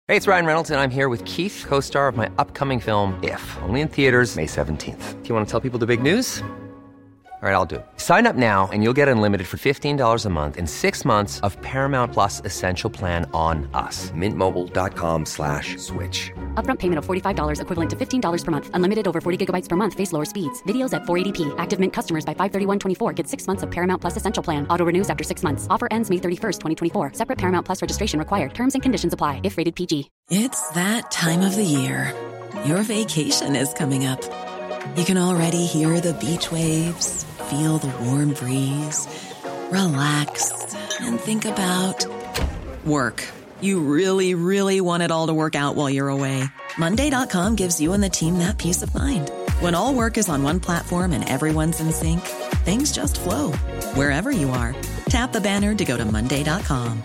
Hey, it's Ryan Reynolds, and I'm here with Keith, co-star of my upcoming film, If, only in theaters May 17th. Do you want to tell people the big news? All right, I'll do it. Sign up now and you'll get unlimited for $15 a month and 6 months of Paramount Plus Essential Plan on us. MintMobile.com/switch. Upfront payment of $45 equivalent to $15 per month. Unlimited over 40 gigabytes per month. Face lower speeds. Videos at 480p. Active Mint customers by 531.24 get 6 months of Paramount Plus Essential Plan. Auto renews after 6 months. Offer ends May 31st, 2024. Separate Paramount Plus registration required. Terms and conditions apply if rated PG. It's that time of the year. Your vacation is coming up. You can already hear the beach waves, feel the warm breeze, relax, and think about work. You really, really want it all to work out while you're away. Monday.com gives you and the team that peace of mind. When all work is on one platform and everyone's in sync, things just flow. Wherever you are, tap the banner to go to Monday.com.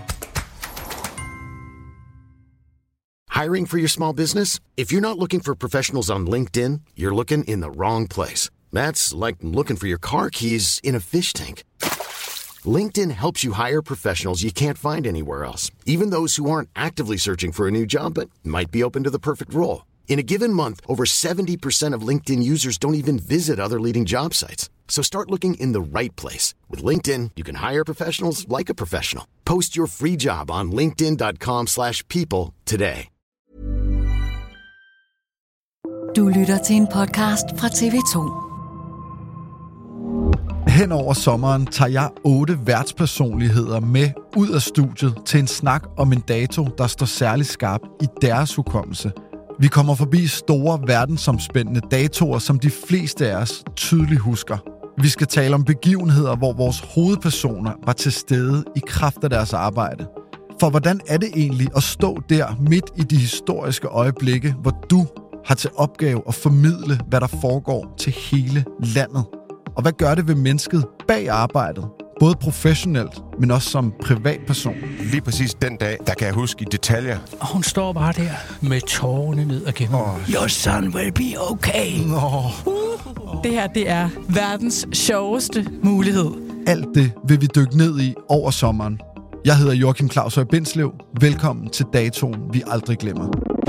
Hiring for your small business? If you're not looking for professionals on LinkedIn, you're looking in the wrong place. That's like looking for your car keys in a fish tank. LinkedIn helps you hire professionals you can't find anywhere else, even those who aren't actively searching for a new job but might be open to the perfect role. In a given month, over 70% of LinkedIn users don't even visit other leading job sites. So start looking in the right place. With LinkedIn, you can hire professionals like a professional. Post your free job on linkedin.com/people today. Du lytter til en podcast fra TV2. Hen over sommeren tager jeg 8 værtspersonligheder med ud af studiet til en snak om en dato, der står særlig skarp i deres hukommelse. Vi kommer forbi store verdensomspændende datoer, som de fleste af os tydeligt husker. Vi skal tale om begivenheder, hvor vores hovedpersoner var til stede i kraft af deres arbejde. For hvordan er det egentlig at stå der midt i de historiske øjeblikke, hvor du har til opgave at formidle, hvad der foregår til hele landet? Og hvad gør det ved mennesket bag arbejdet? Både professionelt, men også som privatperson. Lige præcis den dag, der kan jeg huske i detaljer. Og hun står bare der med tårerne ned agennem. Your son will be okay. Det her, det er verdens sjoveste mulighed. Alt det vil vi dykke ned i over sommeren. Jeg hedder Joachim Claus Høj Bindslev. Velkommen til datoen, vi aldrig glemmer.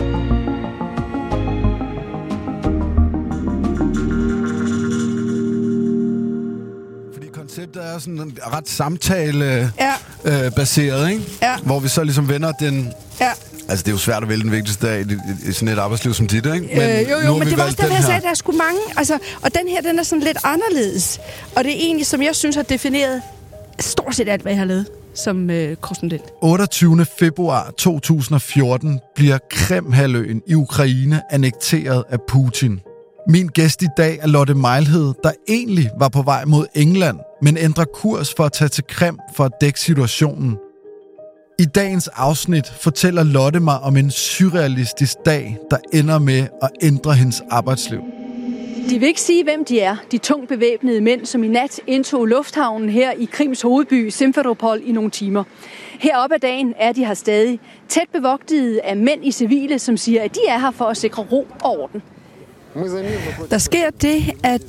Konceptet er sådan ret samtale-baseret, ikke? Ja. Hvor vi så ligesom vender den... Ja. Altså, det er jo svært at vælge den vigtigste dag i sådan et arbejdsliv som dit, ikke? Men det var også den, jeg sagde, der er sgu mange. Altså, og den her, den er sådan lidt anderledes. Og det er egentlig, som jeg synes har defineret stort set alt, hvad jeg har lavet som korrespondent. 28. februar 2014 bliver Krimhalvøen i Ukraine annekteret af Putin. Min gæst i dag er Lotte Mejlhed, der egentlig var på vej mod England, men ændrer kurs for at tage til Krim for at dække situationen. I dagens afsnit fortæller Lotte mig om en surrealistisk dag, der ender med at ændre hendes arbejdsliv. De vil ikke sige, hvem de er, de tungt bevæbnede mænd, som i nat indtog lufthavnen her i Krims hovedby Simferopol i nogle timer. Heroppe ad dagen er de her stadig tæt bevogtede af mænd i civile, som siger, at de er her for at sikre ro og orden. Der sker det, at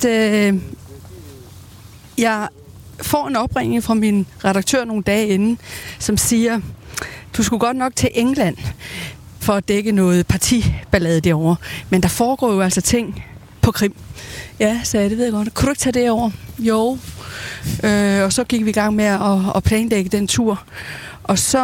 jeg får en opringning fra min redaktør nogle dage inden, som siger, du skulle godt nok til England for at dække noget partiballade derovre. Men der foregår jo altså ting på Krim. Ja, sagde jeg, det ved jeg godt. Kunne du ikke tage det over? Jo. Og så gik vi i gang med at planlægge den tur. Og så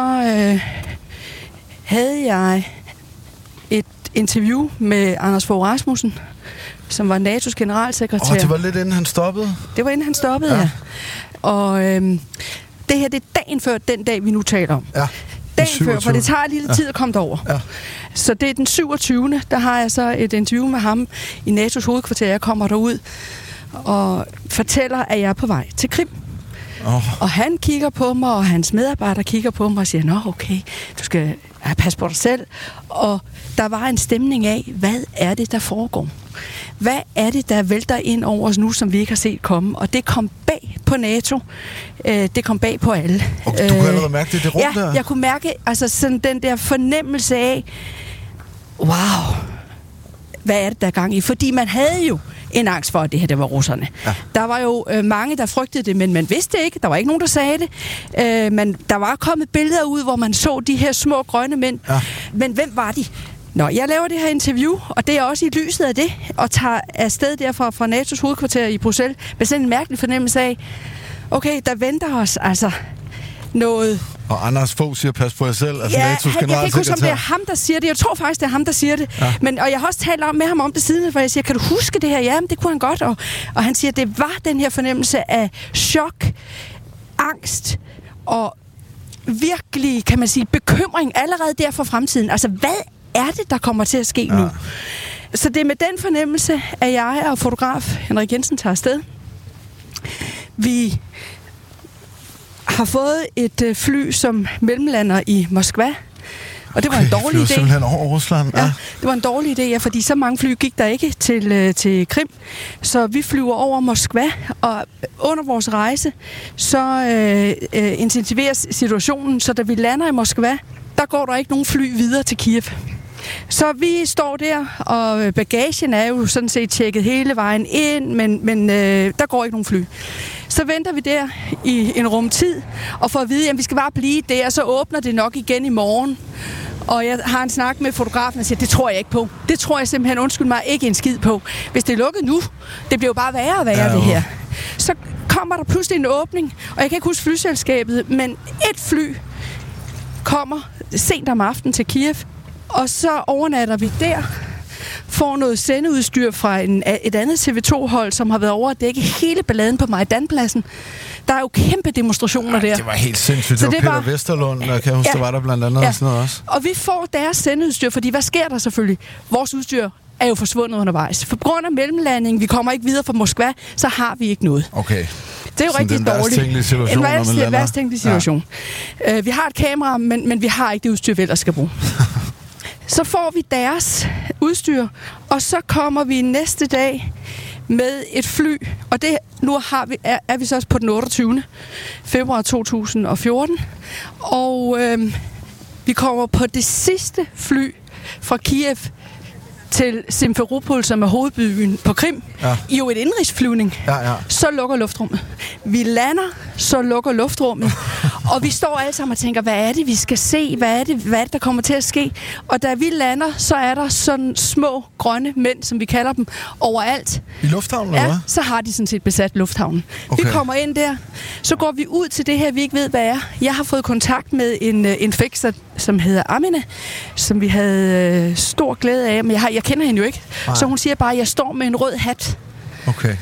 havde jeg et interview med Anders Fogh Rasmussen, som var NATO's generalsekretær. Det var lidt inden han stoppede? Det var inden han stoppede, ja. Og det her, det er dagen før den dag, vi nu taler om. Ja. Dagen før, for det tager lidt tid at komme derover. Ja. Så det er den 27. Der har jeg så et interview med ham i NATO's hovedkvarter. Jeg kommer derud og fortæller, at jeg er på vej til Krim. Og han kigger på mig, og hans medarbejdere kigger på mig og siger, nå okay, du skal passe på dig selv. Og der var en stemning af, hvad er det, der foregår? Hvad er det, der vælter ind over os nu, som vi ikke har set komme? Og det kom bag på NATO. Det kom bag på alle. Og du kunne allerede mærke det rum der? Ja, jeg kunne mærke altså sådan den der fornemmelse af, wow, hvad er det, der er gang i? Fordi man havde jo en angst for, at det her det var russerne. Ja. Der var jo mange, der frygtede det, men man vidste ikke. Der var ikke nogen, der sagde det. Men der var kommet billeder ud, hvor man så de her små grønne mænd. Ja. Men hvem var de? Nå, jeg laver det her interview, og det er også i lyset af det, og tager afsted derfra fra NATO's hovedkvarter i Bruxelles med sådan en mærkelig fornemmelse af, okay, der venter os altså noget. Og Anders Fogh siger, pas på jer selv. Altså ja, jeg kan ikke huske, om det er ham, der siger det. Jeg tror faktisk, det er ham, der siger det. Ja. Og jeg har også talt med ham om det siden, hvor jeg siger, kan du huske det her? Ja, men det kunne han godt. Og han siger, det var den her fornemmelse af chok, angst og virkelig, kan man sige, bekymring allerede der for fremtiden. Altså, hvad er det, der kommer til at ske nu? Så det er med den fornemmelse, at jeg og fotograf Henrik Jensen tager afsted. Vi har fået et fly, som mellemlander i Moskva. Og det var en dårlig idé. Simpelthen over Rusland. Ja, det var en dårlig idé, fordi så mange fly gik der ikke til Krim. Så vi flyver over Moskva, og under vores rejse, så intensiveres situationen, så da vi lander i Moskva, der går der ikke nogen fly videre til Kiev. Så vi står der, og bagagen er jo sådan set tjekket hele vejen ind, men der går ikke nogen fly. Så venter vi der i en rumtid, og får at vide, at vi skal bare blive der, så åbner det nok igen i morgen. Og jeg har en snak med fotografen og siger, det tror jeg ikke på. Det tror jeg simpelthen, undskyld mig, ikke en skid på. Hvis det er lukket nu, det bliver jo bare værre og værre, det her. Så kommer der pludselig en åbning, og jeg kan ikke huske flyselskabet, men et fly kommer sent om aftenen til Kiev, og så overnatter vi der, får noget sendeudstyr fra et andet TV2-hold, som har været over at dække hele balladen på Majdanpladsen. Der er jo kæmpe demonstrationer der. Det var helt sindssygt. Det var Peter Vesterlund, der kan jeg huske, der var der blandt andet og sådan noget også. Og vi får deres sendeudstyr, fordi hvad sker der selvfølgelig? Vores udstyr er jo forsvundet undervejs. For grund af mellemlandingen, vi kommer ikke videre fra Moskva, så har vi ikke noget. Okay. Det er jo rigtig dårligt. En værst tænkelig situation. Ja. Vi har et kamera, men vi har ikke det udstyr, vi ellers skal bruge. Så får vi deres udstyr, og så kommer vi næste dag med et fly, og det nu er vi så også på den 28. februar 2014, og vi kommer på det sidste fly fra Kiev til Simferopol, som er hovedbyen på Krim, i jo et indrigsflyvning. Så lukker luftrummet. Vi lander, så lukker luftrummet, og vi står alle sammen og tænker, hvad er det, vi skal se? Hvad er det, der kommer til at ske? Og da vi lander, så er der sådan små grønne mænd, som vi kalder dem, overalt. I lufthavnen, eller hvad? Så har de sådan set besat lufthavnen. Okay. Vi kommer ind der, så går vi ud til det her, vi ikke ved, hvad er. Jeg har fået kontakt med en fikser, som hedder Amina, som vi havde stor glæde af, men jeg kender hende jo ikke. Nej. Så hun siger bare, at jeg står med en rød hat. Okay.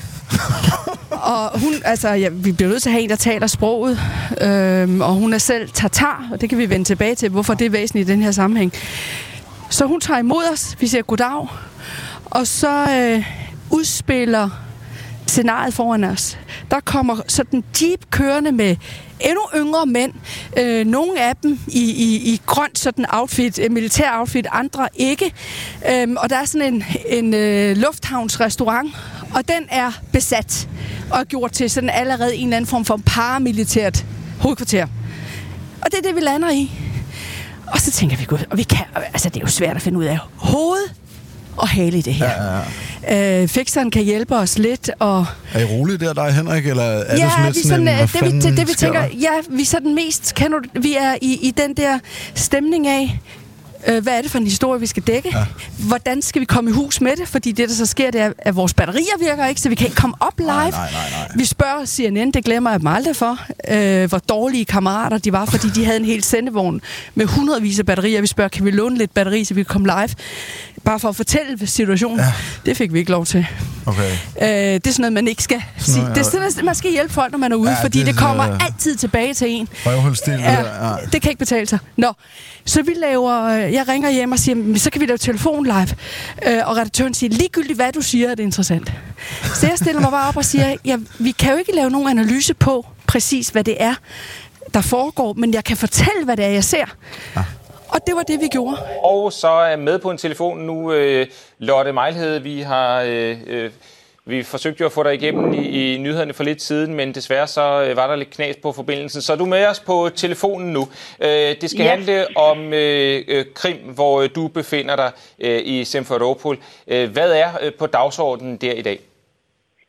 Og hun, vi bliver nødt til at have en, der taler sproget, og hun er selv tatar, og det kan vi vende tilbage til, hvorfor det er væsentligt i den her sammenhæng. Så hun tager imod os, vi siger goddag, og så udspiller scenariet foran os. Der kommer sådan en jeep kørende med endnu yngre mænd. Nogle af dem i grønt sådan outfit, militær outfit, andre ikke. Og der er sådan en lufthavnsrestaurant, og den er besat og gjort til sådan allerede en eller anden form for paramilitært hovedkvarter. Og det er det, vi lander i. Og så tænker vi, gud, og vi kan, det er jo svært at finde ud af hoved og hale i det her. Fikseren kan hjælpe os lidt. Og er I roligt der, dig, Henrik? Eller er du sådan det vi tænker, vi er sådan mest, vi er i den der stemning af, hvad er det for en historie, vi skal dække? Ja. Hvordan skal vi komme i hus med det? Fordi det, der så sker, det er, at vores batterier virker ikke, så vi kan ikke komme op live. Nej. Vi spørger CNN, det glemmer jeg dem aldrig for, hvor dårlige kammerater de var, fordi de havde en hel sendevogn med hundredvis af batterier. Vi spørger, kan vi låne lidt batteri, så vi kan komme live? Bare for at fortælle situationen. Ja. Det fik vi ikke lov til. Okay. Det er sådan noget, man ikke skal sige. Det er sådan, at man skal hjælpe folk, når man er ude, fordi det kommer altid tilbage til en. Det kan ikke betale sig. Nå, så vi jeg ringer hjem og siger, så kan vi lave telefon live. Og redaktøren siger, ligegyldigt hvad du siger, er det interessant. Så jeg stiller mig bare op og siger, vi kan jo ikke lave nogen analyse på præcis, hvad det er, der foregår, men jeg kan fortælle, hvad det er, jeg ser. Ja. Og det var det, vi gjorde. Og så er med på en telefon nu Lotte Mejlhed. Vi forsøgte jo at få dig igennem i nyhederne for lidt siden, men desværre så var der lidt knas på forbindelsen. Så er du med os på telefonen nu. Det skal handle om Krim, hvor du befinder dig i Simferopol. Hvad er på dagsordenen der i dag?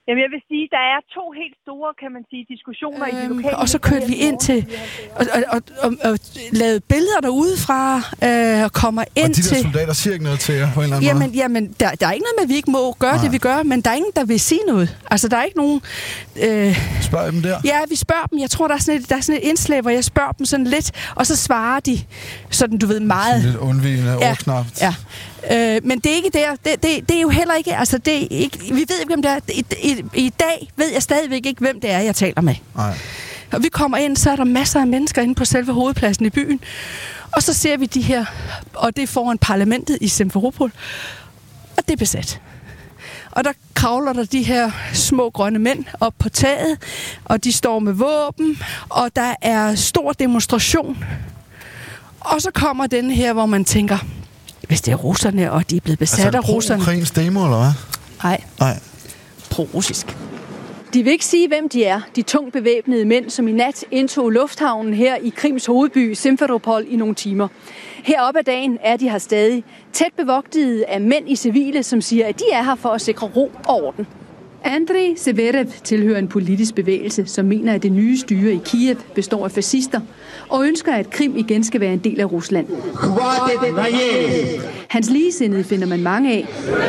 Jamen, jeg vil sige, der er 2 helt store, kan man sige, diskussioner i de lokale... Og så kørte vi ind til... Og lavede billeder derudefra, og kommer ind til... Og de der soldater siger ikke noget til jer på en eller anden måde? Jamen, der er ikke noget med, at vi ikke må gøre det, vi gør, men der er ingen, der vil sige noget. Altså, der er ikke nogen... Spørger I dem der? Ja, vi spørger dem. Jeg tror, der er sådan et indslag, hvor jeg spørger dem sådan lidt, og så svarer de sådan, du ved, meget... Sådan lidt undvigende, overknapt. Ja. Men det er ikke der. Det er jo heller ikke... Altså, det er ikke, vi ved ikke, hvem det er. I dag ved jeg stadigvæk ikke, hvem det er, jeg taler med. Nej. Og vi kommer ind, så er der masser af mennesker inde på selve hovedpladsen i byen. Og så ser vi de her... Og det er foran parlamentet i Simferopol. Og det er besat. Og der kravler der de her små grønne mænd op på taget. Og de står med våben. Og der er stor demonstration. Og så kommer den her, hvor man tænker... Hvis det er russerne, og de er blevet besat af russerne... Altså pro-ukrainsk demo, eller hvad? Nej. Pro-russisk. De vil ikke sige, hvem de er, de tungt bevæbnede mænd, som i nat indtog lufthavnen her i Krims hovedby, Simferopol, i nogle timer. Heroppe ad dagen er de her stadig, tæt bevogtede af mænd i civile, som siger, at de er her for at sikre ro og orden. Andrei Severev tilhører en politisk bevægelse, som mener, at det nye styre i Kiev består af fascister, og ønsker, at Krim igen skal være en del af Rusland. Hans ligesindede finder man mange af.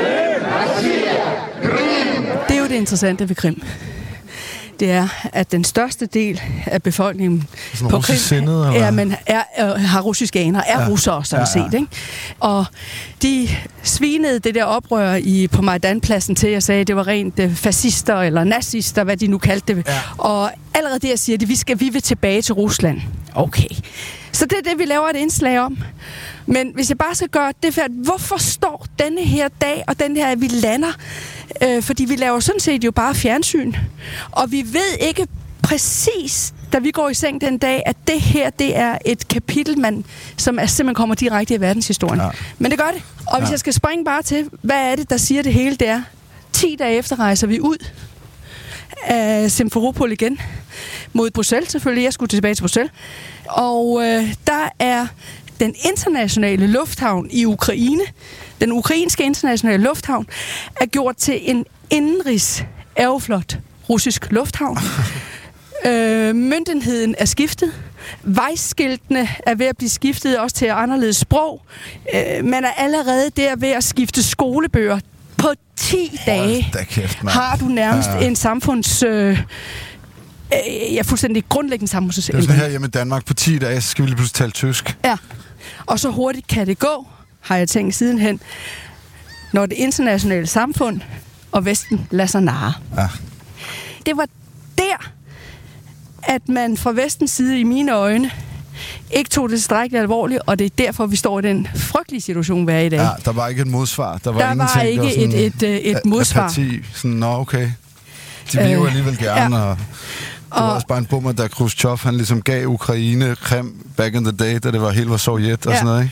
Det er jo det interessante ved Krim. Det er, at den største del af befolkningen på Krim har russiske aner, er russere sådan set. Ikke? Og de svinede det der oprør på Majdanpladsen til, og sagde, at det var rent fascister eller nazister, hvad de nu kaldte det. Ja. Og allerede der siger de, vi vil tilbage til Rusland. Okay. Så det er det, vi laver et indslag om. Men hvis jeg bare skal gøre det færdigt, hvorfor står denne her dag, og den her, at vi lander? Fordi vi laver sådan set jo bare fjernsyn. Og vi ved ikke præcis, da vi går i seng den dag, at det her, det er et kapitel, som simpelthen kommer direkte i verdenshistorien. Ja. Men det gør det. Og hvis jeg skal springe bare til, hvad er det, der siger det hele, det er 10 dage efter rejser vi ud af Simferopol igen. Mod Bruxelles selvfølgelig. Jeg skulle tilbage til Bruxelles. Og der er den internationale lufthavn i Ukraine, den ukrainske internationale lufthavn, er gjort til en indenrigs aeroflot russisk lufthavn. Myndigheden er skiftet. Vejskiltene er ved at blive skiftet også til anderledes sprog. Man er allerede der ved at skifte skolebøger. På 10 dage har du nærmest en samfunds... fuldstændig grundlæggende samfundsændring. Det er sådan her hjemme i Danmark. På 10 dage, så skal vi lige pludselig tale tysk. Ja, og så hurtigt kan det gå, har jeg tænkt sidenhen, når det internationale samfund og Vesten lader sig narre. Ja. Det var der, at man fra Vestens side i mine øjne ikke tog det strækkeligt alvorligt, og det er derfor, vi står i den frygtelige situation, vi er i dag. Ja, der var ikke et modsvar. Der var ikke et modsvar. Apati. Sådan, okay. De vil jo alligevel gerne, og det var også bare en bummer, da Khrushchev, han ligesom gav Ukraine Krim back in the day, da det var helt var Sovjet og sådan noget,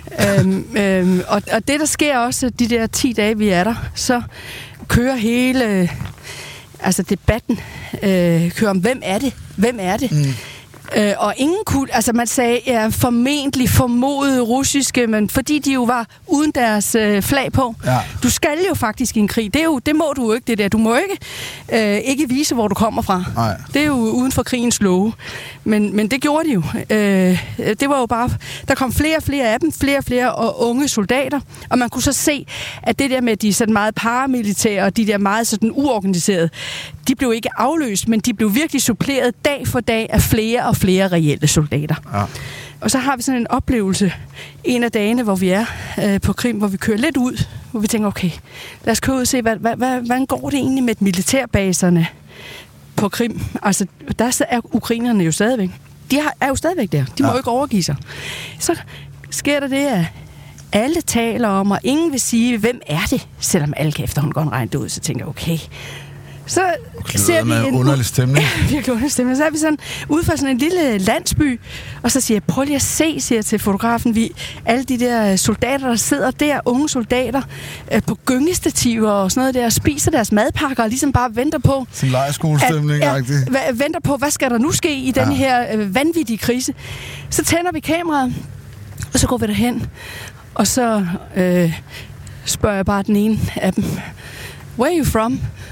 ikke? Og det, der sker også, de der 10 dage, vi er der, så kører hele debatten, kører om, hvem er det? Mm. Og ingen kunne, altså man sagde, formentlig formodede russiske, men fordi de jo var uden deres flag på. Ja. Du skal jo faktisk i en krig. Det må du jo ikke, det der. Du må ikke vise, hvor du kommer fra. Nej. Det er jo uden for krigens love. Men det gjorde de jo. Det var jo bare, der kom flere og flere af dem, flere og unge soldater, og man kunne så se, at det der med de sådan meget paramilitære og de der meget sådan uorganiserede, de blev ikke afløst, men de blev virkelig suppleret dag for dag af flere og flere reelle soldater. Ja. Og så har vi sådan en oplevelse en af dagene, hvor vi er på Krim, hvor vi kører lidt ud, hvor vi tænker, okay, lad os køre ud og se, hvordan går det egentlig med militærbaserne på Krim? Altså, der er ukrainerne jo stadigvæk. De er jo stadigvæk der. De må jo ikke overgive sig. Så sker der det, at alle taler om, og ingen vil sige, hvem er det? Selvom alle kan efterhånden godt regne det ud, så tænker jeg, okay. Så ser vi en underlig stemning. Ja, virkelig underlig stemning. Så er vi sådan ude for sådan en lille landsby, og så siger jeg, prøv lige at se, siger jeg til fotografen, alle de der soldater, der sidder der, unge soldater, på gyngestativer og sådan noget der, og spiser deres madpakker og ligesom bare venter på... Sådan lejrskolestemning. Venter på, hvad skal der nu ske i den her vanvittige krise. Så tænder vi kameraet, og så går vi derhen, og så spørger jeg bare den ene af dem, where are you from?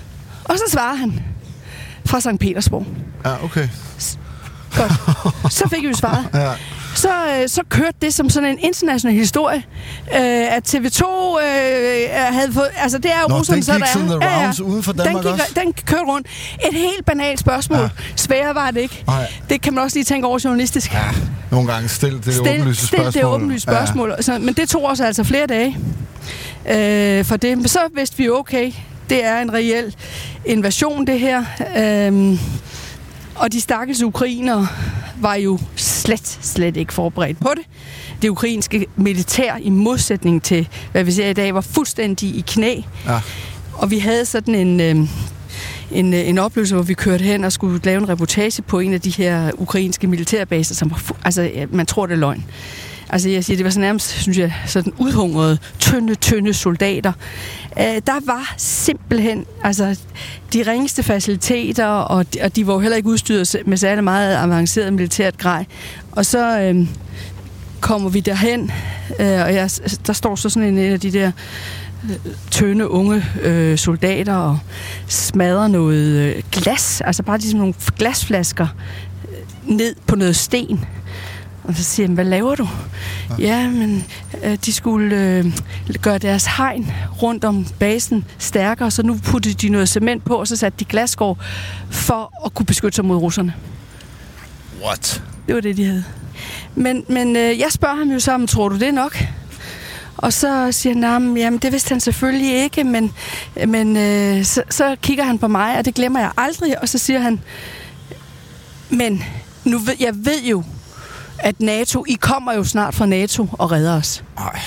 Og så svarer han fra Sankt Petersborg. Ja, okay. Godt. Så fik vi svaret. Ja. Så kørte det som sådan en international historie, at TV2 havde fået... Altså, det er jo russerne, så der er... Den gik sådan the rounds uden for Danmark også? Den kørte rundt. Et helt banalt spørgsmål. Ja. Sværere var det ikke. Nej. Det kan man også lige tænke over journalistisk. Ja, nogle gange stil det åbenlyse spørgsmål. Ja. Men det tog også altså flere dage for det. Men så vidste vi okay, det er en reel invasion, det her. Og de stakkels ukrainere var jo slet ikke forberedt på det. Det ukrainske militær, i modsætning til, hvad vi ser i dag, var fuldstændig i knæ. Ja. Og vi havde sådan en oplevelse, hvor vi kørte hen og skulle lave en reportage på en af de her ukrainske militærbaser, som var man tror, det er løgn. Altså, jeg siger, det var så nærmest, synes jeg, sådan udhungrede, tynde soldater. Der var simpelthen, altså, de ringeste faciliteter, og de var jo heller ikke udstyret med særlig meget avanceret militært grej. Og så kommer vi derhen, og der står så sådan en af de der tynde unge soldater og smadrer noget glas, altså bare ligesom nogle glasflasker ned på noget sten. Og så siger han, hvad laver du? Ja, men de skulle gøre deres hegn rundt om basen stærkere, så nu puttede de noget cement på, og så satte de glasskår for at kunne beskytte sig mod russerne. What? Det var det, de havde. Men jeg spørger ham jo så, tror du det er nok? Og så siger han, jamen det vidste han selvfølgelig ikke, men så kigger han på mig, og det glemmer jeg aldrig, og så siger han, men jeg ved jo, at NATO, I kommer jo snart fra NATO og redder os. Ej.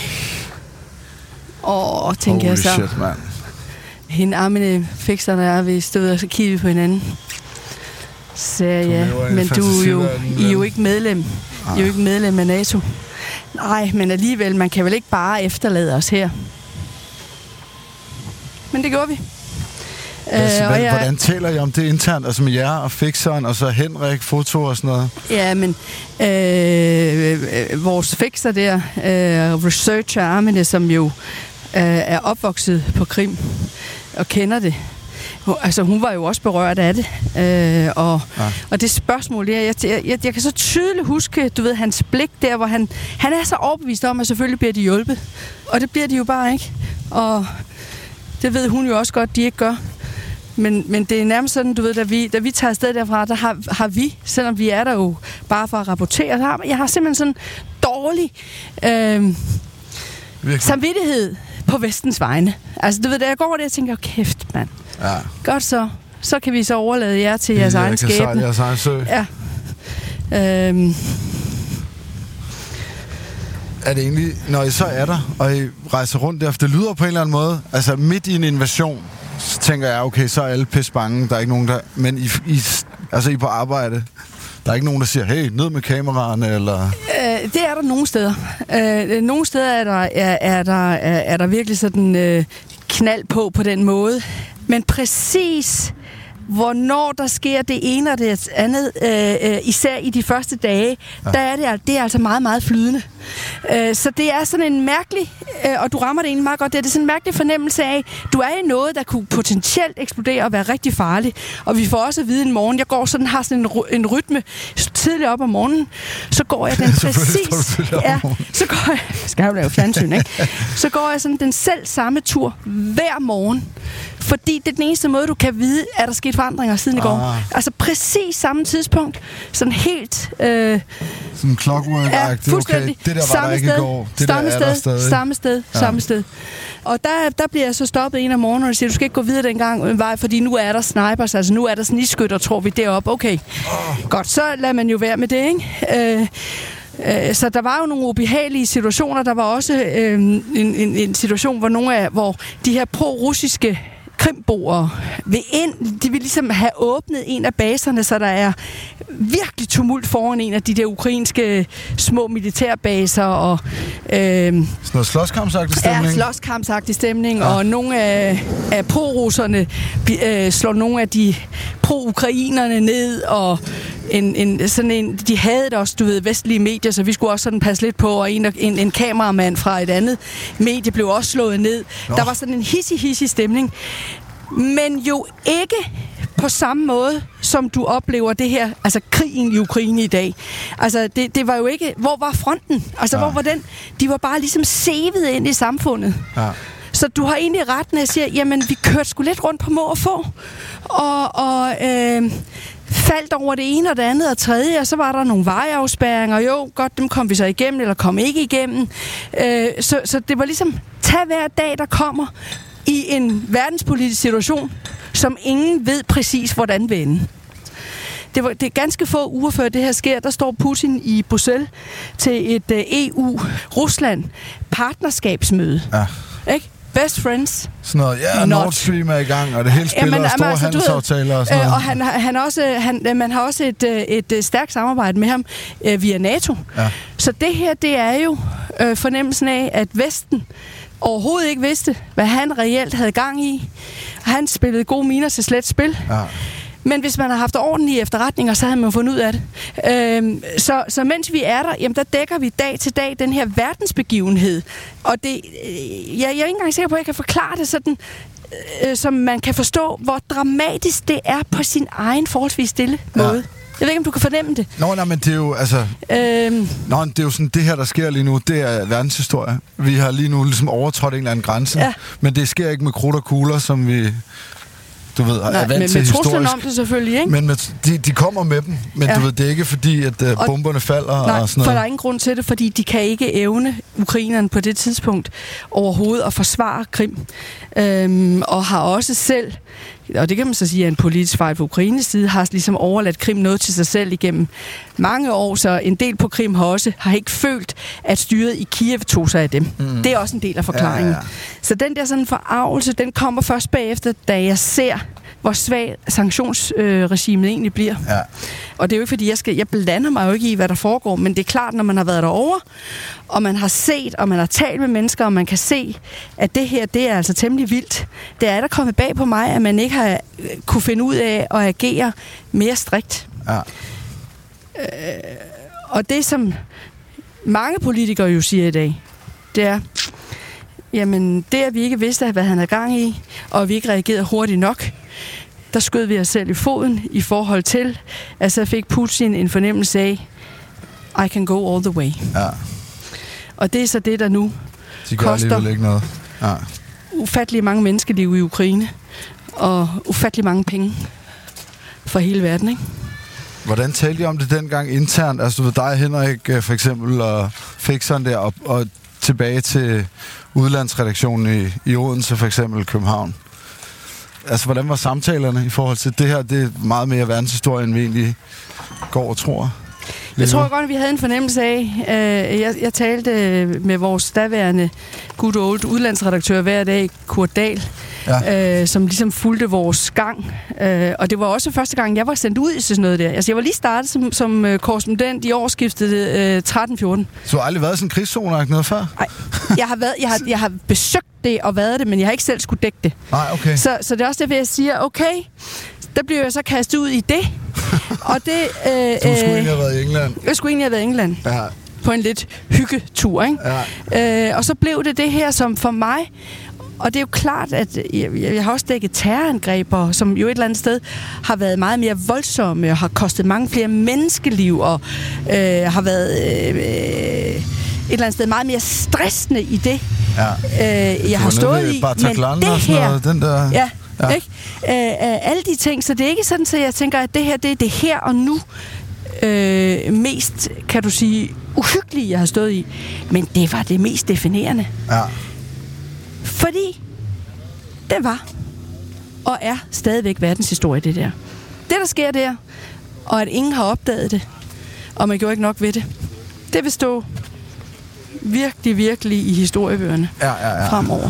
Og tænker jeg så. Holy shit, mand. Hende armene fikser, når jeg stod, og så kigger vi på hinanden. Så ja, men I er jo ikke medlem. I er jo ikke medlem af NATO. Nej, men alligevel, man kan vel ikke bare efterlade os her. Men det gjorde vi. Hvordan taler I om det internt? Altså med jer og fikseren, og så Henrik, foto og sådan noget? Ja, men vores fikser der, researcher Armene, som jo er opvokset på Krim og kender det. Altså, hun var jo også berørt af det. Og det spørgsmål der, jeg kan så tydeligt huske, du ved, hans blik der, hvor han er så overbevist om, at selvfølgelig bliver de hjulpet. Og det bliver de jo bare ikke. Og det ved hun jo også godt, de ikke gør. Men det er nærmest sådan, du ved, da vi tager afsted derfra, der har vi, selvom vi er der jo bare for at rapportere, jeg har simpelthen sådan dårlig samvittighed på Vestens vegne. Altså, du ved, da jeg går der, jeg tænker, kæft, mand. Ja. Godt så kan vi så overlade jer til jeres egen skæbne. Jeres egen sø. Ja. Er det egentlig, når I så er der, og I rejser rundt der, for det lyder på en eller anden måde, altså midt i en invasion, så tænker jeg, okay, så er alle pisse bange, der er ikke nogen der, men I er på arbejde, der er ikke nogen, der siger, hey, ned med kameraerne, eller? Det er der nogle steder. Nogle steder er der virkelig sådan knald på den måde, men præcis hvornår der sker det ene og det andet, især i de første dage, der er det er altså meget, meget flydende. Så det er sådan en mærkelig, og du rammer det egentlig meget godt, det er sådan en mærkelig fornemmelse af, du er i noget, der kunne potentielt eksplodere og være rigtig farligt. Og vi får også at vide en morgen, jeg går sådan, har sådan en rytme tidligt op om morgenen, så går jeg den præcis, så går jeg, skal jeg jo lave fjernsyn, ikke? Så går jeg sådan den selv samme tur hver morgen, fordi det er den eneste måde, du kan vide, at der sket forandringer siden i går. Altså præcis samme tidspunkt. Sådan helt... sådan clockwork-agtigt. Okay, det der var der ikke i går. Det der er der stadig. Samme sted. Og der bliver jeg så stoppet en af morgenen og siger, du skal ikke gå videre dengang, fordi nu er der snipers, altså nu er der snigskytter, tror vi, deroppe. Okay, godt, så lader man jo være med det, ikke? Så der var jo nogle ubehagelige situationer. Der var også en situation, hvor de her pro-russiske krimboere de vil ligesom have åbnet en af baserne, så der er virkelig tumult foran en af de der ukrainske små militærbaser og sådan noget slåskampsagtig stemning. Ja, slåskampsagtig stemning, og nogle af pro-russerne slår nogle af de pro-ukrainerne ned, og de havde det også, du ved, vestlige medier, så vi skulle også sådan passe lidt på, og en kameramand fra et andet medie blev også slået ned. Der var sådan en hissig stemning. Men jo ikke på samme måde, som du oplever det her, altså krigen i Ukraine i dag. Altså, det var jo ikke... Hvor var fronten? Altså, hvor var den? De var bare ligesom sevet ind i samfundet. Ja. Så du har egentlig ret, når jeg siger, jamen, vi kørte sgu lidt rundt på må og få, og faldt over det ene og det andet og tredje, og så var der nogle vejeafspærringer. Jo, godt, dem kom vi så igennem, eller kom ikke igennem. Så det var ligesom, tag hver dag, der kommer i en verdenspolitisk situation, som ingen ved præcis, hvordan vil ende. Det er ganske få uger før det her sker, der står Putin i Bruxelles til et EU-Rusland partnerskabsmøde. Ja. Ikke? Best friends. Sådan noget, Nord Stream er i gang, og det hele spiller store handelsaftaler og sådan noget. Og man har også et stærkt samarbejde med ham via NATO. Ja. Så det her, det er jo fornemmelsen af, at Vesten overhovedet ikke vidste, hvad han reelt havde gang i. Han spillede gode miner til slet spil. Ja. Men hvis man har haft ordentlige efterretninger, så havde man fundet ud af det. Så mens vi er der, jamen der dækker vi dag til dag den her verdensbegivenhed. Og det, jeg er ikke engang sikker på, at jeg kan forklare det sådan, som man kan forstå, hvor dramatisk det er på sin egen forholdsvis stille måde. Jeg ved ikke, om du kan fornemme det. Nej, men det er jo, altså... det er jo sådan, det her, der sker lige nu, det er verdenshistorie. Vi har lige nu ligesom overtrådt en eller anden grænse, men det sker ikke med krudt og kugler, som vi... Du ved, er vant til historisk. Truslen om det selvfølgelig, ikke? Men de kommer med dem, men du ved, det er ikke fordi, at bomberne falder og sådan noget. For der er ingen grund til det, fordi de kan ikke evne ukrainerne på det tidspunkt overhovedet at forsvare Krim. Og har også selv, og det kan man så sige er en politisk fejl fra Ukraines side, har ligesom overladt Krim noget til sig selv igennem mange år, så en del på Krim har ikke følt, at styret i Kiev tog sig af dem. Det er også en del af forklaringen. Ja. Så den der sådan forarvelse, den kommer først bagefter, da jeg ser, hvor svagt sanktionsregimet egentlig bliver. Ja. Og det er jo ikke, fordi jeg blander mig jo ikke i, hvad der foregår, men det er klart, når man har været derovre, og man har set, og man har talt med mennesker, og man kan se, at det her, det er altså temmelig vildt. Det er der kommet bag på mig, at man ikke har kunne finde ud af at agere mere strikt. Ja. Og det, som mange politikere jo siger i dag, det er, jamen, det at vi ikke vidste, hvad han havde gang i, og vi ikke reagerede hurtigt nok, der skød vi os selv i foden i forhold til, at så fik Putin en fornemmelse af, I can go all the way. Ja. Og det er så det, der nu koster ikke noget. Ja. Ufattelig mange menneskeliv i Ukraine, og ufattelig mange penge for hele verden, ikke? Hvordan talte I om det dengang internt? Altså, du ved, dig, Henrik, for eksempel, og fik sådan der, og tilbage til udlandsredaktionen i Odense, for eksempel København. Altså, hvordan var samtalerne i forhold til det her? Det er meget mere verdenshistorie, end vi egentlig går og tror. Jeg tror godt, at vi havde en fornemmelse af, jeg talte med vores daværende good old udlandsredaktør hver dag, Kurt Dahl, som ligesom fulgte vores gang. Og det var også første gang, jeg var sendt ud i sådan noget der. Altså, jeg var lige startet som korrespondent i årsskiftet 13-14. Så du har aldrig været sådan en krigszone noget før? Nej, jeg har besøgt det og været det, men jeg har ikke selv skulle dække det. Nej, okay. Så det er også det, jeg siger, okay, der bliver jeg så kastet ud i det. Og det, du skulle egentlig have været i England. Jeg skulle egentlig have været i England. Ja. På en lidt hyggetur, ikke? Ja. Og så blev det her, som for mig, og det er jo klart, at jeg har også dækket terrorangreber, som jo et eller andet sted har været meget mere voldsomme, og har kostet mange flere menneskeliv, og har været et eller andet sted meget mere stressende i det, jeg har stået i. Men det her, den der... Ja. Ikke? Alle de ting, så det er ikke sådan, at jeg tænker, at det her, det er det her og nu mest, kan du sige, uhyggelige, jeg har stået i. Men det var det mest definerende. Ja. Fordi det var og er stadigvæk verdenshistorie, det der. Det, der sker der, og at ingen har opdaget det, og man gjorde ikke nok ved det, det vil stå virkelig, virkelig i historiebøgerne fremover.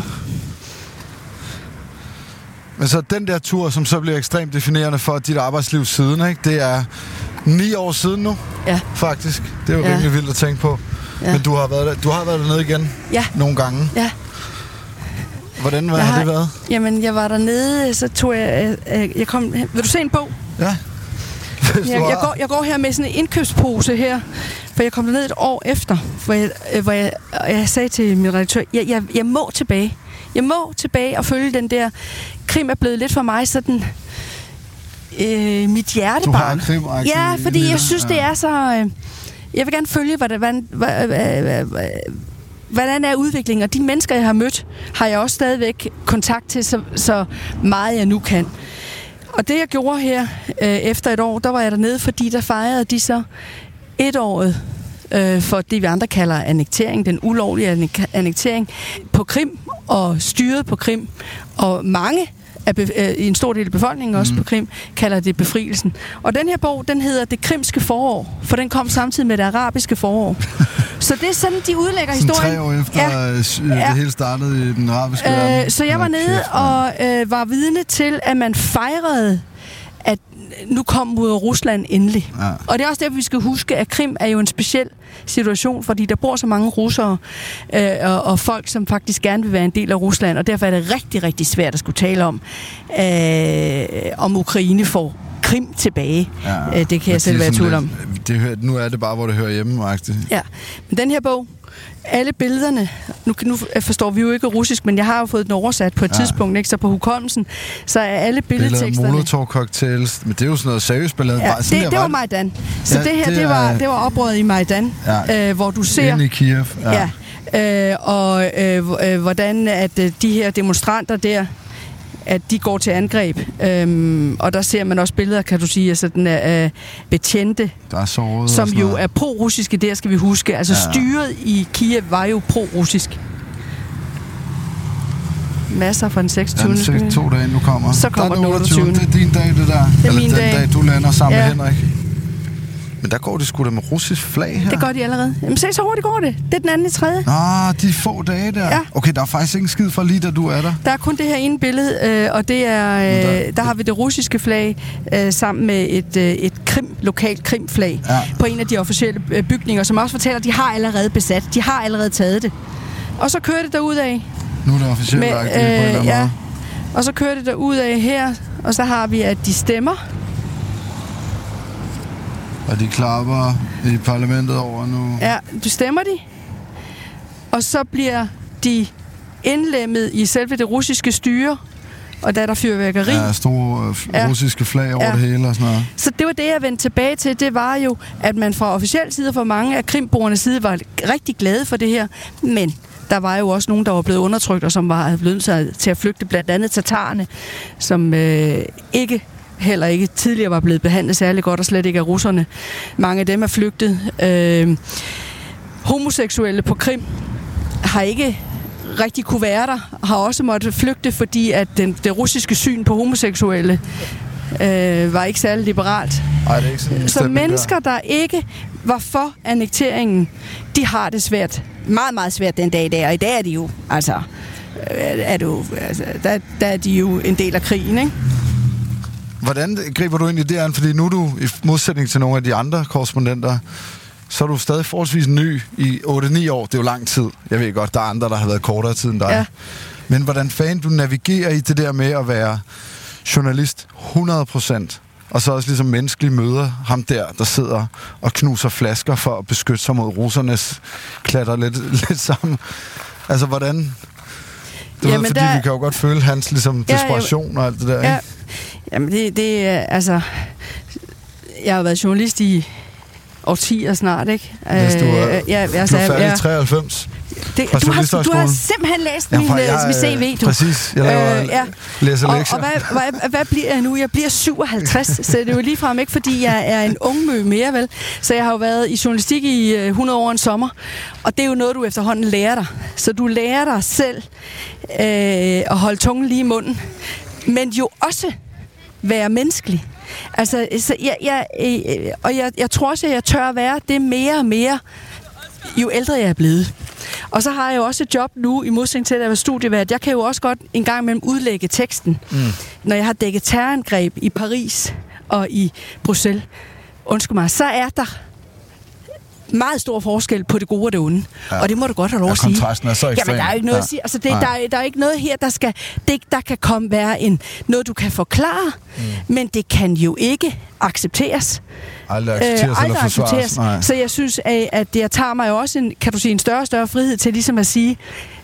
Men så den der tur, som så bliver ekstremt definerende for dit arbejdsliv siden, ikke? Det er 9 år siden nu, faktisk. Det er jo rimelig vildt at tænke på. Ja. Men du har været dernede igen nogle gange. Ja. Hvordan har det været? Jamen, jeg var dernede, så tog jeg kom... Vil du se en bog? Ja. Jeg går her med sådan en indkøbspose her, for jeg kom derned et år efter, hvor jeg sagde til min redaktør, jeg må tilbage. Jeg må tilbage og følge den der. Krim er blevet lidt for mig sådan mit hjertebarn. Du har Krim. Ja, fordi jeg synes, det er så... jeg vil gerne følge, hvordan er udviklingen. Og de mennesker, jeg har mødt, har jeg også stadigvæk kontakt til, så meget jeg nu kan. Og det, jeg gjorde her efter et år, der var jeg dernede, fordi der fejrede de så 1-året for det, vi andre kalder annektering, den ulovlige annektering på Krim, og styret på Krim, og mange i en stor del af befolkningen også på Krim, kalder det befrielsen. Og den her bog, den hedder Det Krimske forår, for den kom samtidig med det arabiske forår. Så det er sådan, de udlægger historien. 3 år efter det hele startede i den arabiske verden. Så jeg var nede og var vidne til, at man fejrede, at nu kom mod Rusland endelig. Ja. Og det er også derfor, vi skal huske, at Krim er jo en speciel situation, fordi der bor så mange russere og folk, som faktisk gerne vil være en del af Rusland, og derfor er det rigtig, rigtig svært at skulle tale om Ukraine får Krim tilbage. Ja, det kan jeg selv være i tvivl om. Nu er det bare, hvor det hører hjemme, faktisk. Ja, men den her bog, alle billederne, nu forstår vi jo ikke russisk, men jeg har jo fået den oversat på et tidspunkt, ikke? Så på hukommelsen, så er alle billedteksterne... Molotov-cocktails, men det er jo sådan noget seriøst billede. Ja, det var Majdan. Så det her, det var oprøret i Majdan, hvor du ser... Inde i Kiev. Hvordan at de her demonstranter der, at de går til angreb. Og der ser man også billeder, kan du sige, altså den er betjente, som jo er pro-russiske, der skal vi huske. Altså styret i Kiev var jo pro-russisk. Masser fra den 26. Ja, 2 dage nu kommer. Så kommer den 28. Det er din dag, det der. Det er min dag, du lander sammen med Henrik. Men der går de sgu da med russisk flag her. Det gør de allerede. Jamen se, så hurtigt går det. Det er den anden i 3. De få dage der. Ja. Okay, der er faktisk ikke en skid for lige, da du er der. Der er kun det her ene billede, og det er, der har vi det russiske flag sammen med et lokalt Krim-flag på en af de officielle bygninger, som også fortæller, at de har allerede besat. De har allerede taget det. Og så kører det derudad. Nu er det officielt på en eller anden måde. Og så kører det derudad her, og så har vi, at de stemmer. Og de klapper i parlamentet over nu. Ja, du stemmer de. Og så bliver de indlemmet i selve det russiske styre, og der er der fyrværkeri. Ja, store russiske flag over det hele og sådan noget. Så det var det, jeg vendte tilbage til. Det var jo, at man fra officiel side, for mange af krimborgernes side, var rigtig glade for det her. Men der var jo også nogen, der var blevet undertrykt, og som var blevet sig til at flygte, blandt andet tatarerne, som heller ikke tidligere var blevet behandlet særlig godt, og slet ikke af russerne. Mange af dem er flygtet. Homoseksuelle på Krim har ikke rigtig kunne være der, har også måttet flygte, fordi at det russiske syn på homoseksuelle var ikke særlig liberalt. Ej, det er ikke sådan, så mennesker, der ikke var for annekteringen, de har det svært. Meget, meget svært den dag i dag, og i dag er de jo, der er de jo en del af krigen, ikke? Hvordan griber du ind i det, Anne? Fordi nu er du, i modsætning til nogle af de andre korrespondenter, så er du stadig forholdsvis ny i 8-9 år. Det er jo lang tid. Jeg ved godt, der er andre, der har været kortere tid end dig. Ja. Men hvordan fanden du navigerer i det der med at være journalist 100%, og så også ligesom menneskelig møder ham der sidder og knuser flasker for at beskytte sig mod russernes klatter lidt sammen. Altså, hvordan... Fordi vi kan jo godt føle hans ligesom desperation og alt det der, ikke? Jamen, det er, altså... Jeg har været journalist i årtier snart, ikke? Du er færdig i 93. Du har simpelthen læst min CV, du. Præcis, jeg læser lektier. Og hvad bliver jeg nu? Jeg bliver 57, så det er jo ligefrem ikke, fordi jeg er en ungmø mere, vel? Så jeg har jo været i journalistik i 100 år en sommer, og det er jo noget, du efterhånden lærer dig. Så du lærer dig selv at holde tungen lige i munden, men jo også være menneskelig. Altså, så jeg tror også, at jeg tør at være det mere og mere, jo ældre jeg er blevet. Og så har jeg jo også et job nu, i modsætning til at være studievært. Jeg kan jo også godt en gang imellem udlægge teksten, når jeg har dækket terrorangreb i Paris og i Bruxelles. Undskyld mig, så er der meget stor forskel på det gode og det onde. Ja. Og det må du godt have lov at sige. Kontrasten er så ekstrem. Jamen, der er jo ikke noget at sige. Altså, der er ikke noget her, der kan komme være noget, du kan forklare, men det kan jo ikke accepteres. Aldrig accepteres. Så jeg synes, at det tager mig jo også en større og større frihed til ligesom at sige,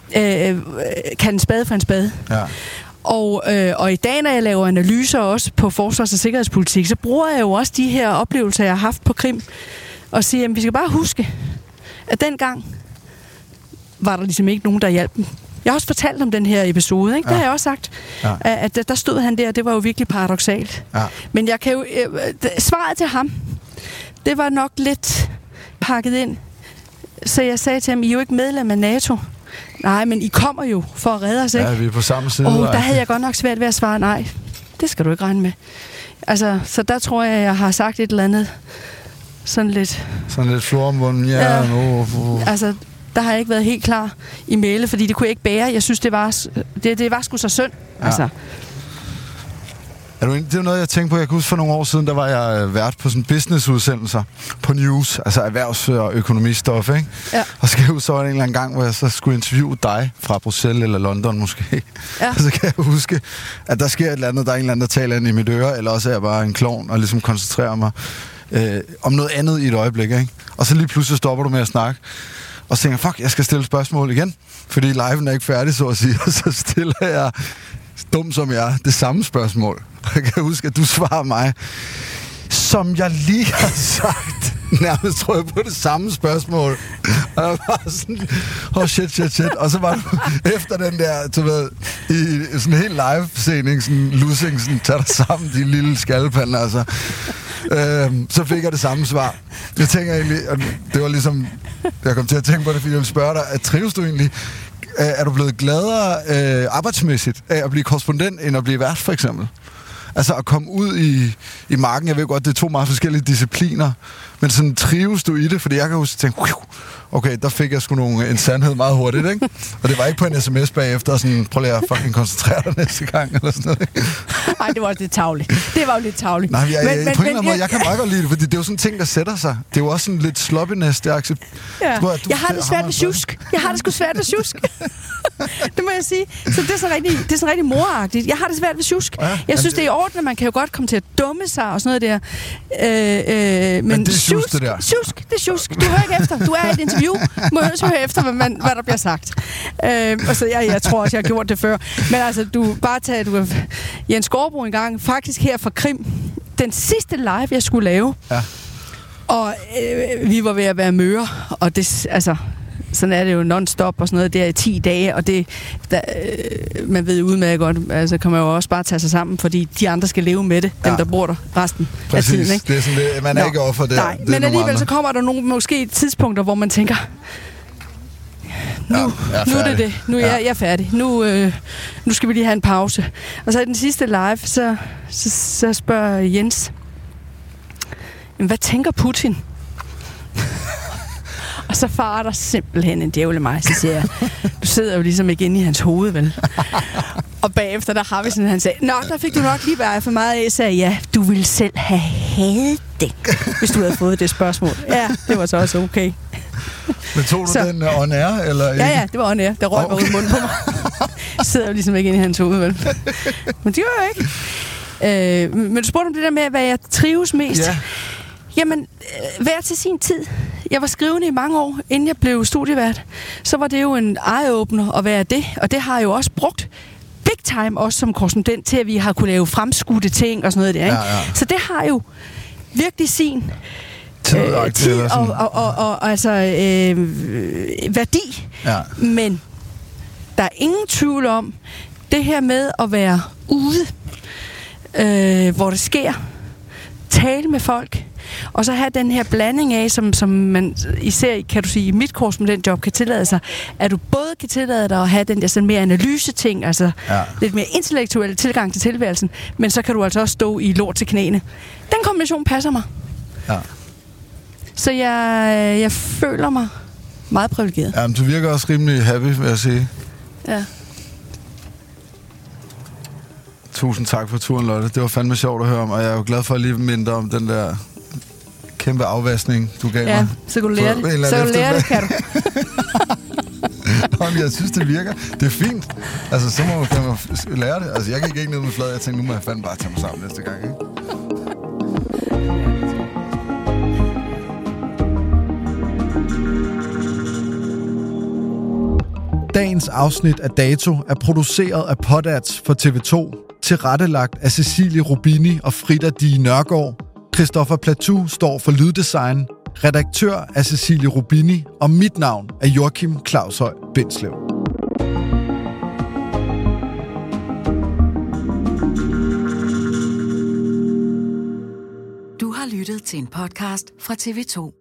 kan en spade for en spade. Ja. Og i dag, når jeg laver analyser også på forsvars- og sikkerhedspolitik, så bruger jeg jo også de her oplevelser, jeg har haft på Krim, og siger, at vi skal bare huske, at dengang var der ligesom ikke nogen, der hjalp dem. Jeg har også fortalt om den her episode, ikke? Det har jeg også sagt. Ja. At der stod han der, det var jo virkelig paradoksalt. Ja. Men jeg kan jo... svaret til ham, det var nok lidt pakket ind. Så jeg sagde til ham, I er jo ikke medlem af NATO. Nej, men I kommer jo for at redde os, ikke? Ja, vi er på samme side. Og der havde jeg godt nok svært ved at svare, nej, det skal du ikke regne med. Altså, så der tror jeg har sagt et eller andet sådan lidt floromvunden, ja. Altså, der har jeg ikke været helt klar i mæle, fordi det kunne jeg ikke bære. Jeg synes, det var sgu så synd. Ja. Altså. Det er noget, jeg tænkte på. Jeg kan huske for nogle år siden, der var jeg vært på sådan businessudsendelser på News, altså erhvervs- og økonomistof, ikke? Ja. Og så kan jeg huske, så var det en eller anden gang, hvor jeg så skulle interviewe dig fra Bruxelles eller London måske. Ja. Og så kan jeg huske, at der sker et eller andet, der er en eller anden, der taler ind i mit øre, eller også er jeg bare en klovn og ligesom koncentrerer mig om noget andet i et øjeblik, ikke? Og så lige pludselig stopper du med at snakke, og så tænker jeg, fuck, jeg skal stille spørgsmål igen, fordi liven er ikke færdig, så at sige, og så stiller jeg, dum som jeg er, det samme spørgsmål. Jeg kan huske, at du svarer mig, som jeg lige har sagt, nærmest tror jeg på det samme spørgsmål. Og jeg var sådan, shit. Og så var du efter den der, du ved, i sådan en helt live-scening, sådan losing, sådan, tag dig sammen, de lille skaldepander, altså. Så fik jeg det samme svar. Jeg tænker egentlig, og det var ligesom, jeg kom til at tænke på det, fordi jeg ville spørge dig, at trives du egentlig, er du blevet gladere arbejdsmæssigt af at blive korrespondent, end at blive vært, for eksempel? Altså at komme ud i marken, jeg ved godt, det er 2 meget forskellige discipliner, men sådan trives du i det, fordi jeg kan huske tænke, okay, der fik jeg sgu en sandhed meget hurtigt, ikke? Og det var ikke på en sms bagefter, sådan, prøv lige at fucking koncentrere dig næste gang, eller sådan noget, ikke? Nej, det var også lidt tarveligt. Det var jo lidt tarveligt. Nej, på en eller anden måde, jeg kan meget godt lide det, fordi det er jo sådan en ting, der sætter sig. Det er jo også sådan lidt sloppiness, det accept. Ja. Jeg har det svært ved sjusk. Jeg har det sgu svært ved sjusk. Det må jeg sige. Så det er sådan rigtig moragtigt. Jeg har det svært ved sjusk. Ja, jeg synes, det er i orden, at man kan jo godt komme til at dumme sig og sådan noget der. Men det er sjusk, det der. Sjusk, det er sjusk. Du hører ikke efter. Du er i et interview. Må høre efter, hvad der bliver sagt. Og så jeg tror også, jeg har gjort det før. Men altså, du Jens Gårdbro en gang, faktisk her fra Krim, den sidste live, jeg skulle lave. Ja. Og vi var ved at være møre, og det, altså, sådan er det jo non-stop og sådan noget der i 10 dage, og det, man ved udmærket godt, altså kan man jo også bare tage sig sammen, fordi de andre skal leve med det, dem der bor der resten af tiden, ikke? Det er sådan, man er ikke offer der. Nej, det men alligevel så kommer der nogle måske tidspunkter, hvor man tænker, nu er det det. Nu er jeg færdig. Nu skal vi lige have en pause. Og så i den sidste live, så spørger Jens, hvad tænker Putin? Og så farer der simpelthen en djævel af mig. Så siger jeg, du sidder jo ligesom ikke inde i hans hoved, vel? Og bagefter, der har vi sådan, han sagde, nå, der fik du nok lige været for meget af. Jeg sagde, ja, du ville selv have hadet det, hvis du havde fået det spørgsmål. Ja, det var så også okay. Men tog du den on air, eller ikke? Ja, det var on air. Der røg bare ud i munden på mig. Jeg sidder jo ligesom ikke inde i hans hoved, vel? Men det gør jeg ikke. Men du spurgte om det der med, hvad jeg trives mest. Ja. Jamen, hver til sin tid. Jeg var skrivende i mange år, inden jeg blev studievært. Så var det jo en eye-opener at være det, og det har jeg jo også brugt big time, også som korrespondent, til at vi har kunne lave fremskudte ting og sådan noget der, ikke? Ja. Så det har jo virkelig sin tid og altså værdi. Ja. Men der er ingen tvivl om, det her med at være ude, hvor det sker, tale med folk, og så have den her blanding af, som man især, kan du sige, i mit korrespondentjob kan tillade sig, at du både kan tillade dig at have den der sådan mere analyse-ting, altså lidt mere intellektuelle tilgang til tilværelsen, men så kan du altså også stå i lort til knæene. Den kombination passer mig. Ja. Så jeg føler mig meget privilegeret. Jamen, du virker også rimelig happy, vil jeg sige. Ja. Tusind tak for turen, Lotte. Det var fandme sjovt at høre om, og jeg er jo glad for at lige minde om den der kæmpe afvaskning, du gav mig. Ja, så kan du lære det. Så kan du lære det, kan du. Jamen, jeg synes, det virker. Det er fint. Altså, så kan man lære det. Altså, jeg gik ikke ned med flad. Jeg tænkte, nu må jeg fandme bare tage mig sammen næste gang, ikke? Dagens afsnit af Dato er produceret af Podads for TV2, tilrettelagt af Cecilie Rubini og Frida Die Nørgaard. Christoffer Platou står for lyddesign, redaktør er Cecilie Rubini, og mit navn er Joachim Claushøj Bindslev. Du har lyttet til en podcast fra TV2.